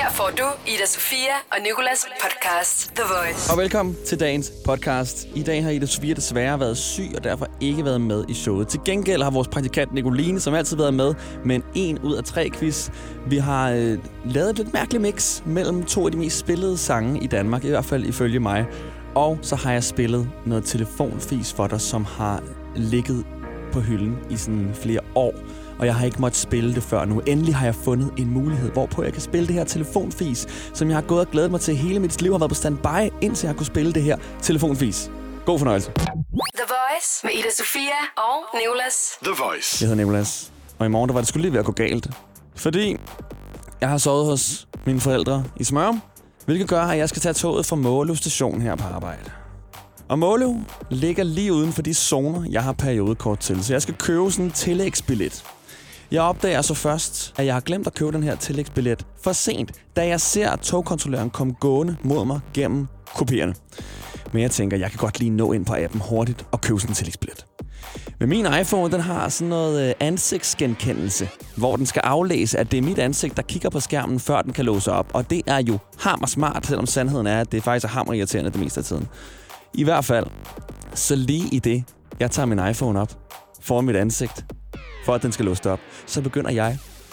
Her får du Ida Sofia og Nicolas podcast The Voice. Og velkommen til dagens podcast. I dag har Ida Sofia desværre været syg og derfor ikke været med i showet. Til gengæld har vores praktikant Nicoline, som altid været med en 1 ud af 3 quiz. Vi har lavet et lidt mærkeligt mix mellem 2 af de mest spillede sange i Danmark, i hvert fald ifølge mig. Og så har jeg spillet noget telefonfis for dig, som har ligget på hylden i sådan flere år. Og jeg har ikke måttet spille det før nu. Endelig har jeg fundet en mulighed, hvorpå jeg kan spille det her telefonfis, som jeg har gået og glædet mig til hele mit liv. Har været på standby, indtil jeg kunne spille det her telefonfis. God fornøjelse. The Voice med Ida Sofia og Nicolas. The Voice. Jeg hedder Nicolas, og i morgen der var det skulle lige ved at gå galt. Fordi jeg har sovet hos mine forældre i Smørum, hvilket gør, at jeg skal tage toget fra Måløv station her på arbejde. Og Måløv ligger lige uden for de zoner, jeg har periodekort til, så jeg skal købe sådan en tillægsbillet. Jeg opdager så først, at jeg har glemt at købe den her tillægsbillet for sent, da jeg ser togkontrolløren komme gående mod mig gennem kupéerne. Men jeg tænker, jeg kan godt lige nå ind på appen hurtigt og købe sådan en tillægsbillet. Men min iPhone, den har sådan noget ansigtsgenkendelse, hvor den skal aflæse, at det er mit ansigt, der kigger på skærmen, før den kan låse op. Og det er jo hammer smart, selvom sandheden er, at det faktisk er hammer irriterende det meste af tiden. I hvert fald, så lige i det, jeg tager min iPhone op foran mit ansigt, for at den skal låse op, så begynder jeg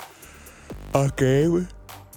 at gabe,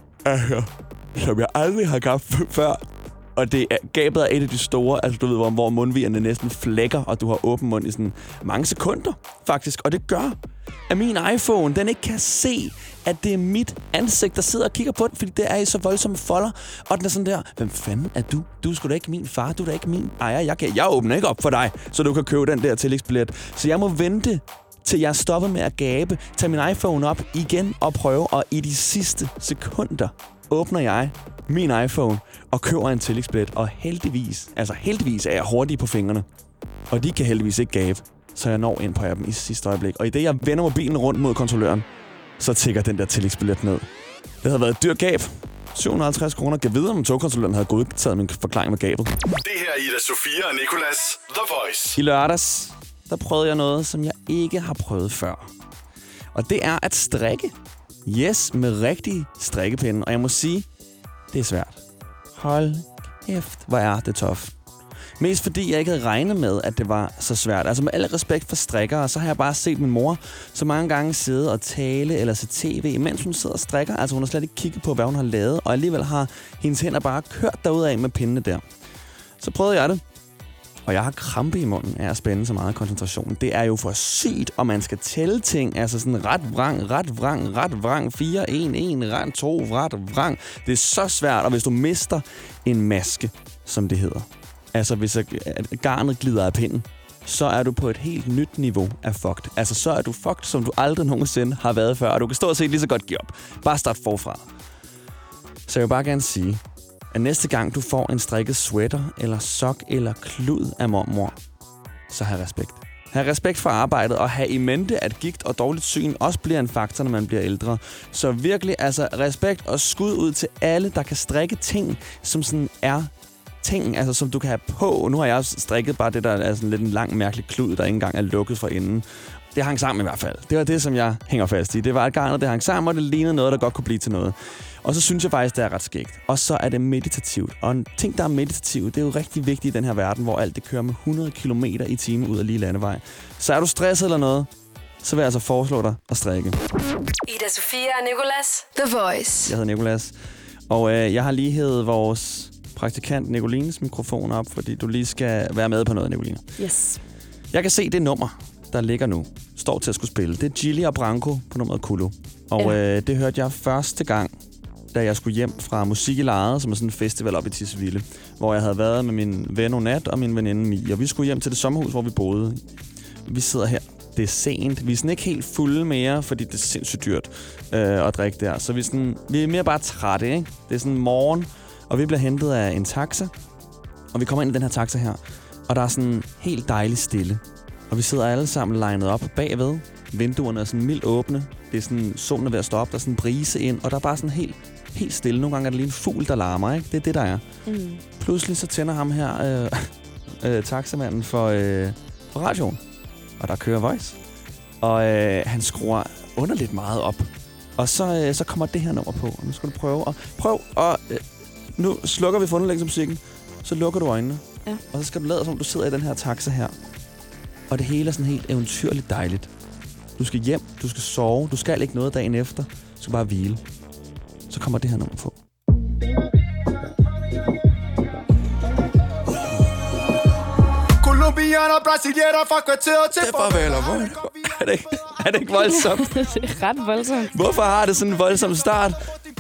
som jeg aldrig har gabt før. Og gabet er et af de store, altså du ved, hvor mundvigerne næsten flækker, og du har åben mund i sådan mange sekunder, faktisk. Og det gør, at min iPhone, den ikke kan se, at det er mit ansigt, der sidder og kigger på den, fordi det er i så voldsomme folder. Og den er sådan der, hvem fanden er du? Du er sgu da ikke min far, du er da ikke min ejer. Jeg åbner ikke op for dig, så du kan købe den der tillægsbillet. Så jeg må vente, til jeg stopper med at gabe, tage min iPhone op igen og prøve, og i de sidste sekunder åbner jeg min iPhone og køber en tillægsbillet, og heldigvis er jeg hurtig på fingrene. Og de kan heldigvis ikke gabe, så jeg når ind på appen i sidste øjeblik. Og i det, jeg vender mobilen rundt mod kontrolløren, så tikker den der tillægsbillet ned. Det havde været et dyrt gab. 750 kroner. Gav videre, om togkontrolløren havde godtaget min forklaring med gabet. Det her er Ida Sofia og Nicolas, The Voice. I lørdags, der prøvede jeg noget, som jeg ikke har prøvet før. Og det er at strikke. Yes, med rigtig strikkepinde. Og jeg må sige, det er svært. Hold kæft, hvor er det tof. Mest fordi jeg ikke havde regnet med, at det var så svært. Altså med al respekt for strikkere, så har jeg bare set min mor så mange gange sidde og tale eller se tv, mens hun sidder og strikker. Altså hun har slet ikke kigget på, hvad hun har lavet, og alligevel har hendes hænder bare kørt derudad med pindene der. Så prøvede jeg det. Og jeg har krampe i munden af at spænde så meget koncentration. Det er jo for sygt, og man skal tælle ting. Altså sådan ret vrang, 4, 1, 1, ret 2, ret vrang. Det er så svært, og hvis du mister en maske, som det hedder, altså hvis garnet glider af pinden, så er du på et helt nyt niveau af fucked. Altså så er du fucked, som du aldrig nogensinde har været før, og du kan stå og se lige så godt give op. Bare start forfra. Så jeg vil bare gerne sige, at næste gang du får en strikket sweater, eller sok, eller klud af mormor, så have respekt. Ha' respekt for arbejdet, og have i mente, at gigt og dårligt syn også bliver en faktor, når man bliver ældre. Så virkelig, altså respekt og skud ud til alle, der kan strikke ting, som sådan er ting, altså som du kan have på. Nu har jeg også strikket bare det, der er sådan lidt en lang, mærkelig klud, der ikke engang er lukket fra inden. Det hang sammen i hvert fald. Det var det, som jeg hænger fast i. Det var et garnet, det hang sammen, og det lignede noget, der godt kunne blive til noget. Og så synes jeg faktisk, det er ret skægt. Og så er det meditativt. Og en ting, der er meditativt, det er jo rigtig vigtigt i den her verden, hvor alt det kører med 100 km i timen ud af lige landevej. Så er du stresset eller noget, så vil jeg altså foreslå dig at strikke. Ida Sofia og Nicolas, The Voice. Jeg hedder Nicolas, og jeg har lige hævet vores praktikant Nicolines mikrofon op, fordi du lige skal være med på noget, Nicoline. Yes. Jeg kan se det nummer, der ligger nu, står til at skulle spille. Det er Gilly og Branco på nummeret Kulu. Og det hørte jeg første gang, da jeg skulle hjem fra Musik i Lejet, som er sådan en festival op i Tisvilde, hvor jeg havde været med min ven Onat og min veninde Mie. Og vi skulle hjem til det sommerhus, hvor vi boede. Vi sidder her. Det er sent. Vi er sådan ikke helt fulde mere, fordi det er sindssygt dyrt at drikke der. Så vi er mere bare trætte, ikke? Det er sådan morgen, og vi bliver hentet af en taxa. Og vi kommer ind i den her taxa her, og der er sådan helt dejligt stille. Og vi sidder alle sammen linet op bagved. Vinduerne er sådan mildt åbne. Det er sådan, solen er ved at stå op, der er sådan en brise ind, og der er bare sådan helt stille. Nogle gange er der lige en fugl, der larmer, ikke? Det er det, der er. Mm. Pludselig så tænder ham her, taxamanden for radioen, og der kører Voice. Og han skruer underligt meget op. Og så kommer det her nummer på. Og nu skal du prøv at... Nu slukker vi for underlægningsmusikken. Så lukker du øjnene. Ja. Og så skal du lade som, du sidder i den her taxa her. Og det hele er sådan helt eventyrligt dejligt. Du skal hjem, du skal sove, du skal ikke noget dagen efter. Du skal bare hvile. Så kommer det her nummer på. Colombianer, brasilianer fra kvarteret til farvel og er det ikke voldsomt? Det er ret voldsomt. Hvorfor har det sådan en voldsom start?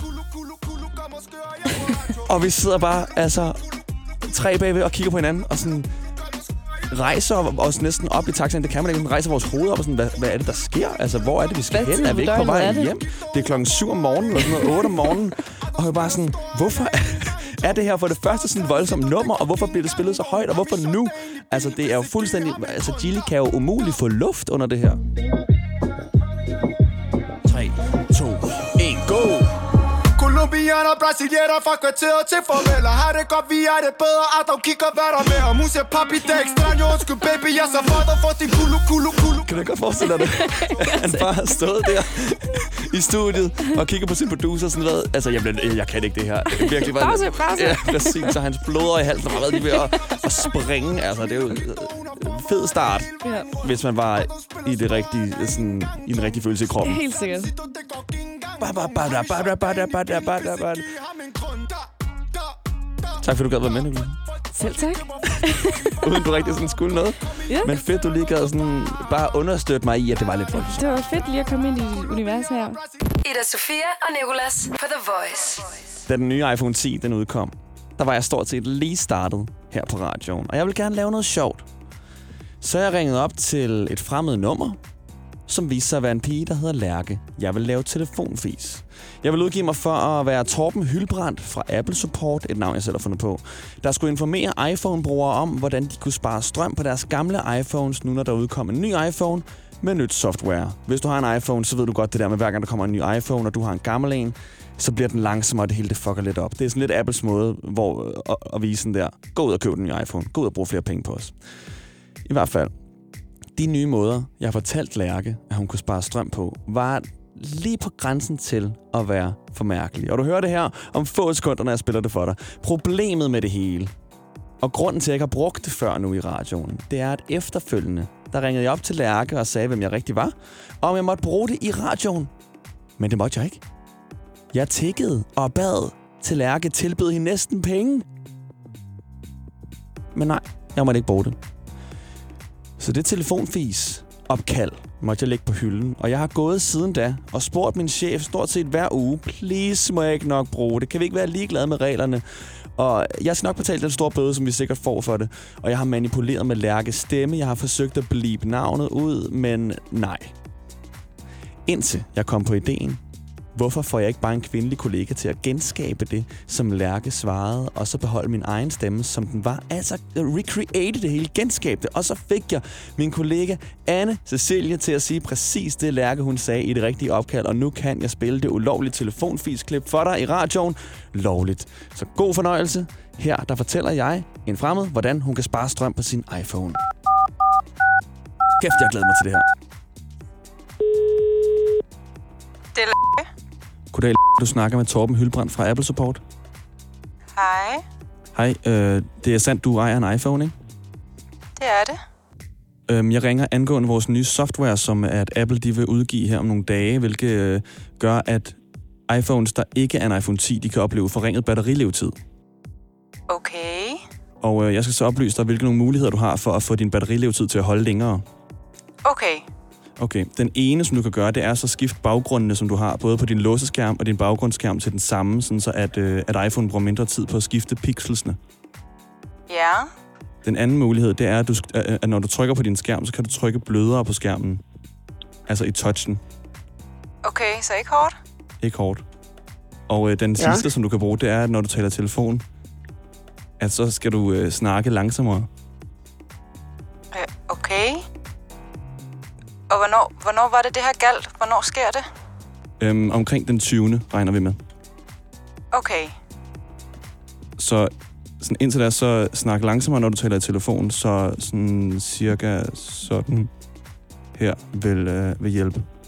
Og vi sidder bare, tre bagved og kigger på hinanden og sådan rejser os næsten op i taxaen. Det kan man ikke. Man rejser vores hoveder op og sådan, hvad er det, der sker? Altså, hvor er det, vi skal hen? Er vi ikke på vej hjem? Det er 7:00 om morgenen eller sådan noget, 8 om morgenen. Og jeg er bare sådan, hvorfor er det her for det første sådan et voldsomt nummer, og hvorfor bliver det spillet så højt, og hvorfor nu? Altså, det er jo fuldstændig... Altså, Gilly kan jo umuligt få luft under det her. 3, 2, 1, go! Colombianer, brasilianer fra kvarteret til farvel. Og har det godt, vi er det bedre. Adam kigger, hvad der med. Og musse papi, det er extraño. Undskyld, baby, jeg så for dig for din kulu. Kan du godt forestille dig det? Han bare har stået der i studiet og kigger på sin producer sådan noget. Altså, jeg kan ikke det her. Det er virkelig bare... Pause. Ja, præcis. Så hans blodår i halsen har været lige ved at springe. Altså, det er jo en fed start, hvis man var i det rigtige, sådan, i den rigtige følelse i kroppen. Helt sikkert. Tak fordi du gad være med, Nicolai. Selv tak. Uden du rigtig sådan skulle noget. Ja. Men fedt, du lige gad sådan bare understøtte mig i, at det var lidt voldsomt. Det var fedt lige at komme ind i dit univers her. Ida Sofia og Nicolas på The Voice. Da den nye iPhone 10 den udkom, der var jeg stort set lige startet her på radioen. Og jeg ville gerne lave noget sjovt. Så jeg ringede op til et fremmed nummer, som viste sig at være en pige, der hedder Lærke. Jeg vil lave telefonfis. Jeg vil udgive mig for at være Torben Hylbrandt fra Apple Support, et navn jeg selv har fundet på, der skulle informere iPhone-brugere om, hvordan de kunne spare strøm på deres gamle iPhones, nu når der udkom en ny iPhone med nyt software. Hvis du har en iPhone, så ved du godt det der med, hver gang der kommer en ny iPhone, og du har en gammel en, så bliver den langsommere, og det hele det fucker lidt op. Det er sådan lidt Apples måde at vise sådan der, gå ud og køb den nye iPhone, gå ud og bruge flere penge på os. I hvert fald, de nye måder, jeg har fortalt Lærke, at hun kunne spare strøm på, var lige på grænsen til at være for mærkelig. Og du hører det her om få sekunder, når jeg spiller det for dig. Problemet med det hele, og grunden til, at jeg ikke har brugt det før nu i radioen, det er, at efterfølgende, der ringede jeg op til Lærke og sagde, hvem jeg rigtig var, og om jeg måtte bruge det i radioen. Men det måtte jeg ikke. Jeg tiggede og bad til Lærke, tilbød hende næsten penge. Men nej, jeg måtte ikke bruge det. Så det telefonfis opkald måtte jeg lægge på hylden. Og jeg har gået siden da og spurgt min chef stort set hver uge, please må jeg ikke nok bruge det. Kan vi ikke være ligeglade med reglerne? Og jeg skal nok betale den store bøde, som vi sikkert får for det. Og jeg har manipuleret med Lærkes stemme. Jeg har forsøgt at bleep navnet ud, men nej. Indtil jeg kom på ideen. Hvorfor får jeg ikke bare en kvindelig kollega til at genskabe det, som Lærke svarede, og så beholde min egen stemme, som den var? Altså, recreate det hele, genskabe det. Og så fik jeg min kollega Anne Cecilie til at sige præcis det, Lærke hun sagde i det rigtige opkald, og nu kan jeg spille det ulovlige telefonfisklip for dig i radioen lovligt. Så god fornøjelse. Her, der fortæller jeg en fremmed, hvordan hun kan spare strøm på sin iPhone. Kæft, jeg glæder mig til det her. Det er Goddag, du snakker med Torben Hylbrandt fra Apple Support. Hej. Hej, det er sandt, du ejer en iPhone, ikke? Det er det. Jeg ringer angående vores nye software, som at Apple de vil udgive her om nogle dage, hvilket gør, at iPhones, der ikke er en iPhone 10, de kan opleve forringet batterilevetid. Okay. Og jeg skal så oplyse dig, hvilke nogle muligheder du har for at få din batterilevetid til at holde længere. Okay. Den ene, som du kan gøre, det er så skifte baggrundene, som du har, både på din låseskærm og din baggrundsskærm til den samme, sådan så at iPhone bruger mindre tid på at skifte pixelsene. Ja. Den anden mulighed, det er, at når du trykker på din skærm, så kan du trykke blødere på skærmen. Altså i touchen. Okay, så ikke hårdt? Ikke hårdt. Og den sidste, som du kan bruge, det er, at når du taler telefon, at så skal du snakke langsommere. Okay. Og hvornår var det her galt? Hvornår sker det? Omkring den 20. regner vi med. Okay. Så sådan, indtil da, så snak langsommere, når du taler i telefon, så sådan cirka sådan her vil hjælpe.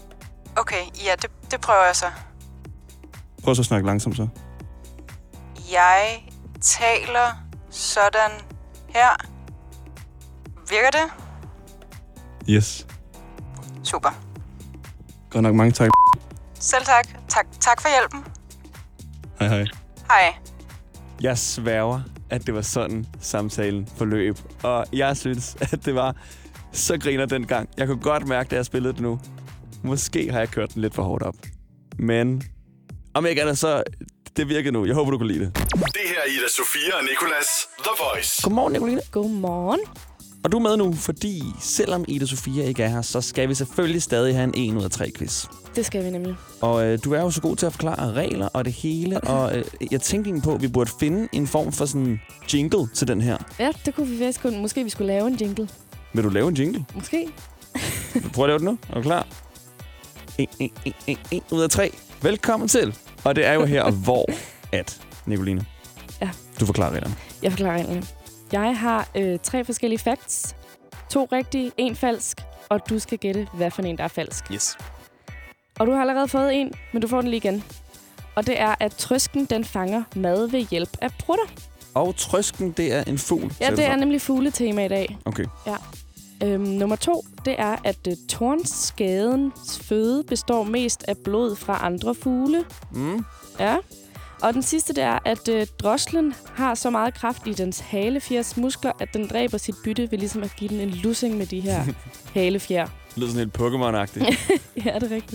Okay, ja, det prøver jeg så. Prøv så at snakke langsomt så. Jeg taler sådan her. Virker det? Yes. Super. Godt nok mange tak. Selv tak. Tak for hjælpen. Hej hej. Hej. Jeg sværger, at det var sådan samtalen forløb. Og jeg synes, at det var så griner dengang. Jeg kunne godt mærke, da jeg spillede det nu. Måske har jeg kørt den lidt for hårdt op. Men om ikke andet, så det virkede nu. Jeg håber, du kunne lide det. Det her er Ida Sofia og Nicolas, The Voice. Godmorgen, Nicoline. Godmorgen. Og du er med nu, fordi selvom Ida Sofia ikke er her, så skal vi selvfølgelig stadig have en 1 ud af 3 quiz. Det skal vi nemlig. Og du er jo så god til at forklare regler og det hele. Og jeg tænkte egentlig på, at vi burde finde en form for sådan jingle til den her. Ja, det kunne vi faktisk kun. Måske vi skulle lave en jingle. Vil du lave en jingle? Måske. Prøv at lave den nu. Er du klar? 1 ud af 3. Velkommen til. Og det er jo her, hvor Nicoline. Ja. Du forklarer reglerne. Jeg forklarer reglerne. Jeg har 3 forskellige facts. 2 rigtige, 1 falsk. Og du skal gætte, hvad for en, der er falsk. Yes. Og du har allerede fået en, men du får den lige igen. Og det er, at trøsken, den fanger mad ved hjælp af prutter. Og trøsken, det er en fugl. Ja, det er nemlig fugletema i dag. Okay. Ja. Nummer 2, det er, at tornskadens føde består mest af blod fra andre fugle. Mm. Ja. Og den sidste, det er, at droslen har så meget kraft i dens halefjers muskler, at den dræber sit bytte ved ligesom at give den en lussing med de her halefjer. Det lyder sådan helt Pokémon-agtigt. Ja, det er rigtigt.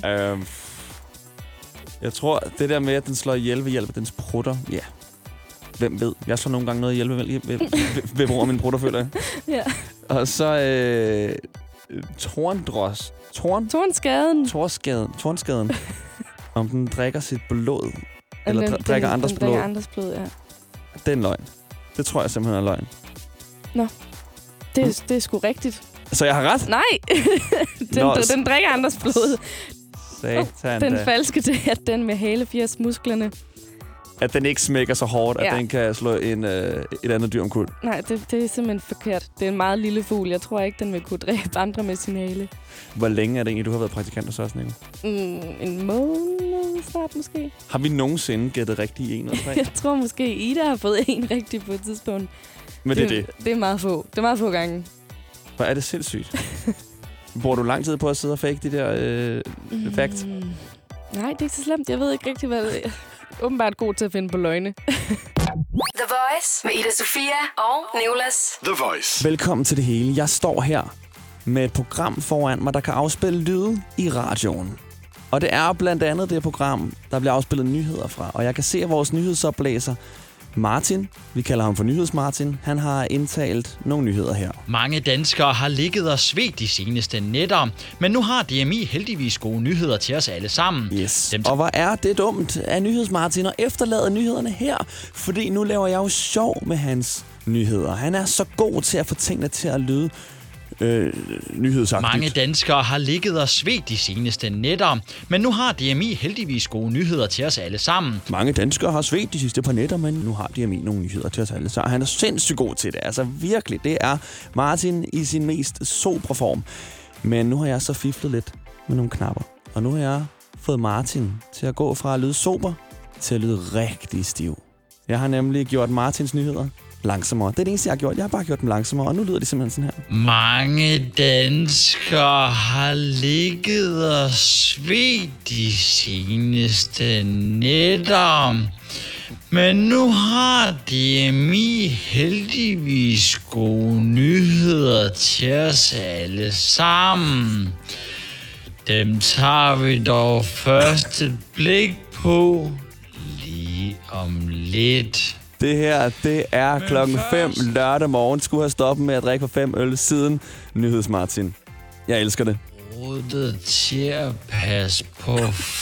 Jeg tror, det der med, at den slår ihjel ved hjælp af dens prutter, ja. Hvem ved? Jeg slår nogle gange noget ihjel ved brug af mine prutter, føler jeg. Ja. Og så tornskaden. Om den drikker sit blod. Eller drikker andres blod. Drikker andres blod, ja. Det er en løgn. Det tror jeg simpelthen er løgn. Nå. Det er sgu rigtigt. Så jeg har ret? Nej. den drikker andres blod. Satan den da. falske, det er den med halefjers musklerne. At den ikke smækker så hårdt, at den kan slå et andet dyr omkuld. Nej, det er simpelthen forkert. Det er en meget lille fugl. Jeg tror ikke, den vil kunne dræbe andre med sin hale. Hvor længe er det egentlig, du har været praktikant hos os, Nico? En måned snart måske. Har vi nogensinde gættet rigtigt i 1 eller 3? Jeg tror måske, Ida har fået en rigtig på et tidspunkt. Men det er det? Det er meget få. Det er meget få gange. Hvor er det sindssygt. Bruger du lang tid på at sidde og fake de der facts? Nej, det er ikke så slemt. Jeg ved ikke rigtig, hvad det er. Åbenbart god til at finde på løgne. The Voice med Ida Sofia og Nicolas. The Voice. Velkommen til det hele. Jeg står her med et program foran mig, der kan afspille lyde i radioen. Og det er blandt andet det program, der bliver afspillet nyheder fra. Og jeg kan se, at vores nyhedsoplæser Martin, vi kalder ham for Nyheds-Martin, han har indtalt nogle nyheder her. Mange danskere har ligget og svedt de seneste nætter, men nu har DMI heldigvis gode nyheder til os alle sammen. Yes. Og hvor er det dumt af Nyheds-Martin at efterlade nyhederne her, fordi nu laver jeg jo sjov med hans nyheder. Han er så god til at få tingene til at lyde nyhedsagtigt. Mange danskere har ligget og svedt de seneste nætter, men nu har DMI heldigvis gode nyheder til os alle sammen. Mange danskere har svedt de sidste par nætter, men nu har DMI nogle nyheder til os alle sammen. Han er sindssygt god til det. Altså virkelig, det er Martin i sin mest sobre form. Men nu har jeg så fiflet lidt med nogle knapper. Og nu har jeg fået Martin til at gå fra at lyde sober til at lyde rigtig stiv. Jeg har nemlig gjort Martins nyheder langsommere. Det er det eneste, jeg har gjort. Jeg har bare gjort dem langsommere, og nu lyder de simpelthen sådan her. Mange danskere har ligget og svedt de seneste nætter, men nu har DMI heldigvis gode nyheder til os alle sammen. Dem tager vi dog først et blik på lige om lidt. Det her, det er klokken 5 lørdag morgen. Skulle have stoppet med at drikke for 5 øl siden Nyheds-Martin. Jeg elsker det. Rådet til at passe på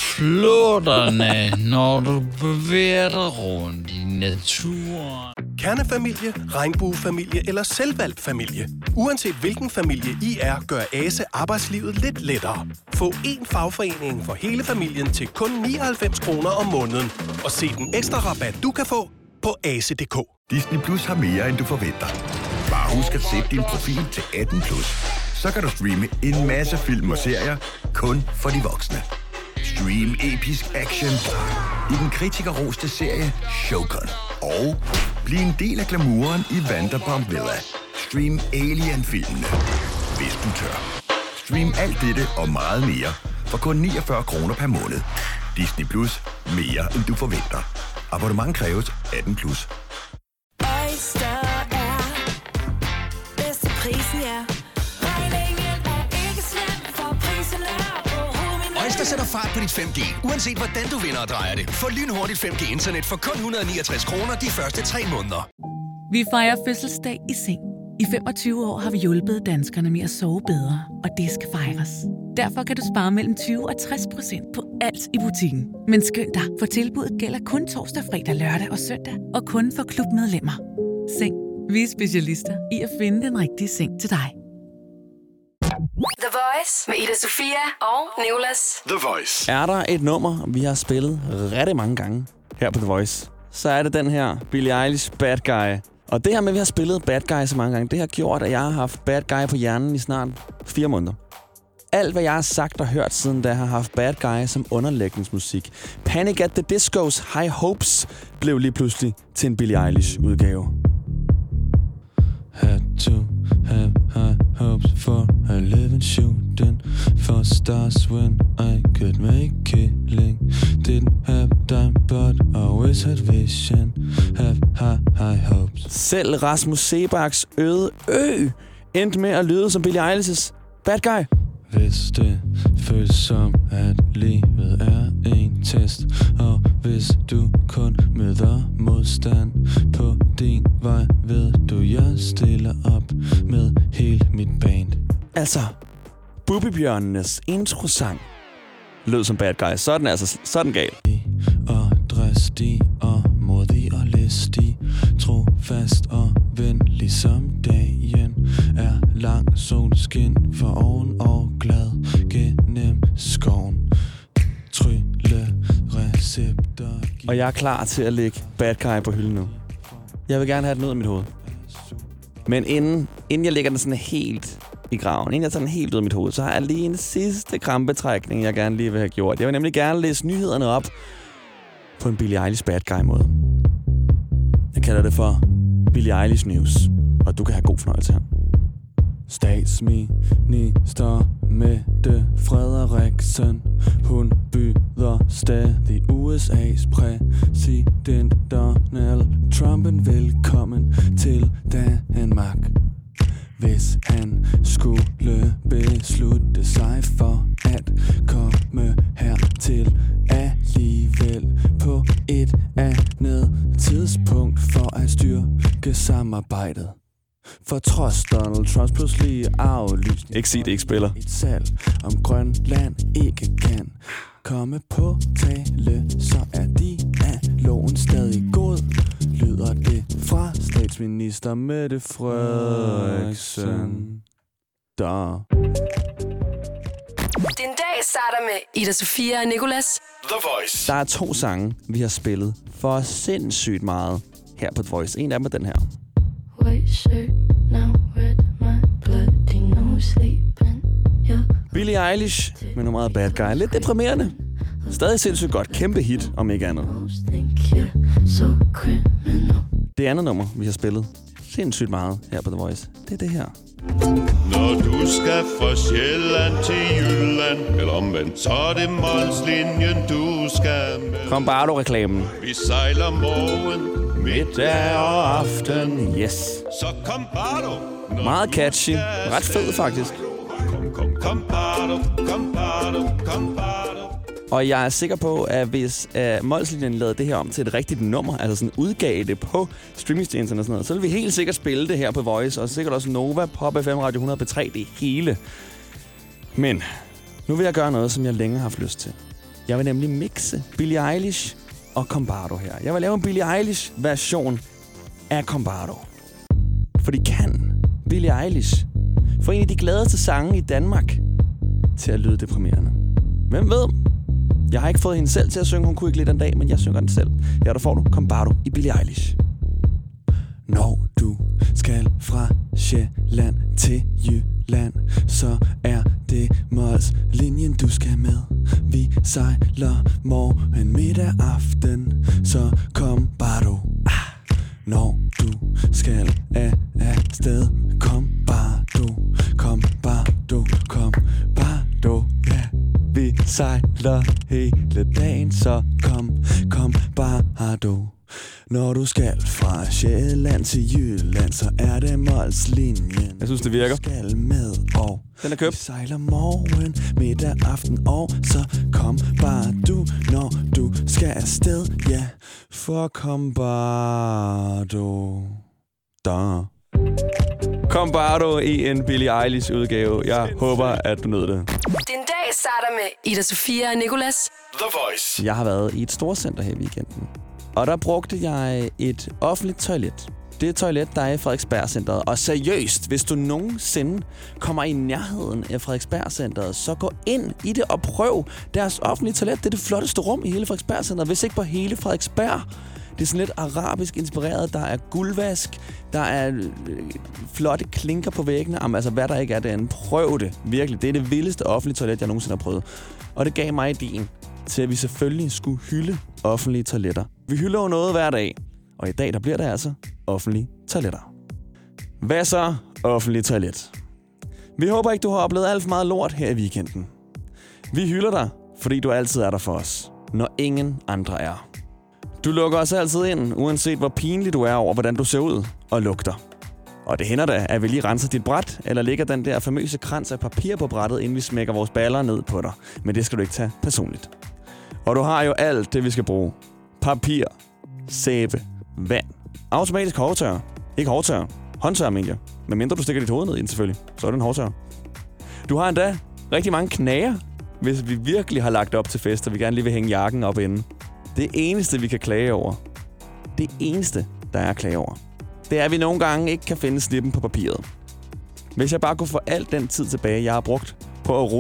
flåterne, når du bevæger dig rundt i naturen. Kernefamilie, regnbuefamilie eller selvvalgt familie. Uanset hvilken familie I er, gør ASE arbejdslivet lidt lettere. Få én fagforening for hele familien til kun 99 kroner om måneden. Og se den ekstra rabat, du kan få på ase.dk. Disney Plus har mere, end du forventer. Bare husk at sætte din profil til 18+. Så kan du streame en masse film og serier kun for de voksne. Stream episk action i den kritikerroste serie Shogun. Og bliv en del af glamouren i Vanderpump Villa. Stream Alien-filmene, hvis du tør. Stream alt dette og meget mere for kun 49 kroner per måned. Disney Plus. Mere end du forventer. Abonnement kræves 18 plus. Oyster er bedst til prisen, ja. Regningen er ikke slem, for prisen er Oyster sætter fart på dit 5G, uanset hvordan du vinder og drejer det. Få lynhurtigt 5G-internet for kun 169 kroner de første 3 måneder. Vi fejrer fødselsdag i seng. I 25 år har vi hjulpet danskerne med at sove bedre, og det skal fejres. Derfor kan du spare mellem 20 og 60% på alt i butikken. Men skynd dig, for tilbuddet gælder kun torsdag, fredag, lørdag og søndag, og kun for klubmedlemmer. Seng. Vi er specialister i at finde den rigtige seng til dig. The Voice med Ida Sofia og Nicolas. The Voice. Er der et nummer, vi har spillet rigtig mange gange her på The Voice, så er det den her Billie Eilish Bad Guy. Og det her med, at vi har spillet Bad Guy så mange gange, det har gjort, at jeg har haft Bad Guy på hjernen i snart 4 måneder. Alt, hvad jeg har sagt og hørt siden da, har haft Bad Guy som underlægningsmusik. Panic at the Disco's High Hopes blev lige pludselig til en Billie Eilish-udgave. Had to have high hopes for a living shooting for stars when I could make killing. Didn't have time, but always had vision. Have high hopes. Selv Rasmus Sebaks Øde Ø endte med at lyde som Billie Eilish's Bad Guy. Hvis det føles som, at livet er en test, og hvis du kun møder modstand på din vej, ved du, jeg stiller op med hele mit band. Altså, Bubbebjørnenes introsang lød som Bad Guy. Sådan gal. Og dristig og modig og listig, trofast og venlig som dagen, er lang solskin for oven og glad gennem skoven. Trylle recepter. Og jeg er klar til at lægge Bad Guy på hylden nu. Jeg vil gerne have den ud af mit hoved. Men inden jeg lægger den sådan helt i graven, inden jeg tager den helt ud af mit hoved, så har jeg lige en sidste krampetrækning, jeg gerne lige vil have gjort. Jeg vil nemlig gerne læse nyhederne op på en Billie Eilish Bad Guy-måde. Jeg kalder det for Billie Eilish News, og du kan have god fornøjelse her. Statsminister Mette Frederiksen, hun byder stadig USA's præsident Donald Trump velkommen til Danmark. Hvis han skulle beslutte sig for at komme hertil alligevel på et andet tidspunkt for at styrke samarbejdet. For trods Donald Trumps pludselige aflysning, ikke sig det ikke spiller, et salg om Grønland ikke kan komme på tale, så er de af loven stadig god, lyder det fra statsminister Mette Frederiksen. Den dag starter med Ida Sofia og Nicolas. The Voice. Der er 2 sange, vi har spillet for sindssygt meget her på The Voice. En af dem er den her. Billie Eilish med nummeret Bad Guy. Lidt deprimerende. Stadig sindssygt godt. Kæmpe hit, om ikke andet. Det andet nummer, vi har spillet sindssygt meget her på The Voice, det er det her. Når du skal fra Sjælland til Jylland, eller omvendt, så er det Molslinjen, du skal med. Kombardo-reklamen. Vi sejler morgen, middag og aften. Yes. Så Kombardo. Meget catchy. Ret fed, faktisk. Kombardo. Og jeg er sikker på, at hvis Molslinjen lavede det her om til et rigtigt nummer, altså sådan udgav det på streamingtjenesterne og sådan noget, så vil vi helt sikkert spille det her på Voice, og sikkert også Nova, Pop FM, Radio 100, P3, det hele. Men nu vil jeg gøre noget, som jeg længe har haft lyst til. Jeg vil nemlig mixe Billie Eilish og Kombardo her. Jeg vil lave en Billie Eilish-version af Kombardo. Fordi kan Billie Eilish få en af de gladeste sange i Danmark til at lyde deprimerende? Hvem ved? Jeg har ikke fået hende selv til at synge, hun kunne ikke lidt en dag, men jeg synger den selv. Her der får du Kombardo i Billie Eilish. Når du skal fra Sjælland til Jylland, så er det Mols-linjen, du skal med. Vi sejler morgen, middag, aften, så kom bare du. Når du skal afsted, kom bare du, kom bare du, kom bare du, ja. Vi sejler hele dagen, så kom bare du. Når du skal fra Sjælland til Jylland, så er det Mols-linjen. Jeg synes, det virker. Du skal med, og den er købt. Vi sejler morgen, middag, aften, og så kom bare du, når du skal afsted, ja. For kom bare du. Da. Kom bare du i en Billie Eilish udgave. Jeg håber, at du nød det. Den dag starter med Ida Sofia og Nicolas. The Voice. Jeg har været i et storcenter her i weekenden. Og der brugte jeg et offentligt toilet. Det er et toilet, der er i Frederiksberg-centret. Og seriøst, hvis du nogensinde kommer i nærheden af Frederiksberg-centret, så gå ind i det og prøv deres offentlige toilet. Det er det flotteste rum i hele Frederiksberg-centret, hvis ikke på hele Frederiksberg. Det er sådan lidt arabisk inspireret. Der er guldvask, der er flotte klinker på væggene. Jamen, altså, hvad der ikke er derinde, prøv det. Virkelig, det er det vildeste offentlige toilet, jeg nogensinde har prøvet. Og det gav mig ideen til, at vi selvfølgelig skulle hylde offentlige toiletter. Vi hylder jo noget hver dag, og i dag der bliver det altså offentlige toiletter. Hvad så offentlige toilet? Vi håber ikke, du har oplevet alt for meget lort her i weekenden. Vi hylder dig, fordi du altid er der for os, når ingen andre er. Du lukker os altid ind, uanset hvor pinlig du er over, hvordan du ser ud og lugter. Og det hænder da, at vi lige renser dit bræt, eller lægger den der famøse krans af papir på brættet, inden vi smækker vores baller ned på dig. Men det skal du ikke tage personligt. Og du har jo alt det, vi skal bruge. Papir, sæbe, vand, automatisk hårtørrer. Ikke hårtørrer, håndtørrer, mener jeg. Men mindre du stikker dit hoved ned i den selvfølgelig, så er det en hårtørrer. Du har endda rigtig mange knager, hvis vi virkelig har lagt op til fest, og vi gerne lige vil hænge jakken op inden. Det eneste, vi kan klage over, det eneste, der er at klage over, det er, at vi nogle gange ikke kan finde snippen på papiret. Hvis jeg bare kunne få al den tid tilbage, jeg har brugt på at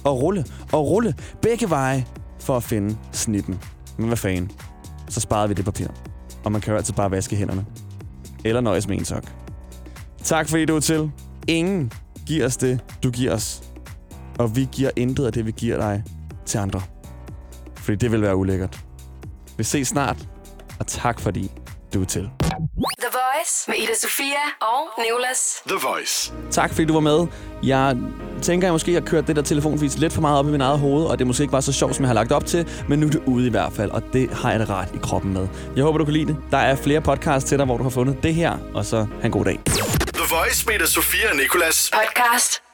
rulle begge veje for at finde snippen. Men hvad fanden? Så sparede vi det papir. Og man kan jo altid bare vaske hænderne. Eller nøjes med en sok. Tak fordi du er til. Ingen giver os det, du giver os. Og vi giver intet af det, vi giver dig til andre. Fordi det vil være ulækkert. Vi ses snart. Og tak fordi du er til. The Voice med Ida Sofia og Nicolas. The Voice. Tak fordi du var med. Jeg tænker, jeg måske har kørt det der telefonvis lidt for meget op i min eget hoved, og det måske ikke var så sjovt, som jeg har lagt op til, men nu er det ude i hvert fald, og det har jeg det ret i kroppen med. Jeg håber, du kan lide det. Der er flere podcasts til dig, hvor du har fundet det her, og så have en god dag. The Voice med Ida Sofia og Nicolas. Podcast.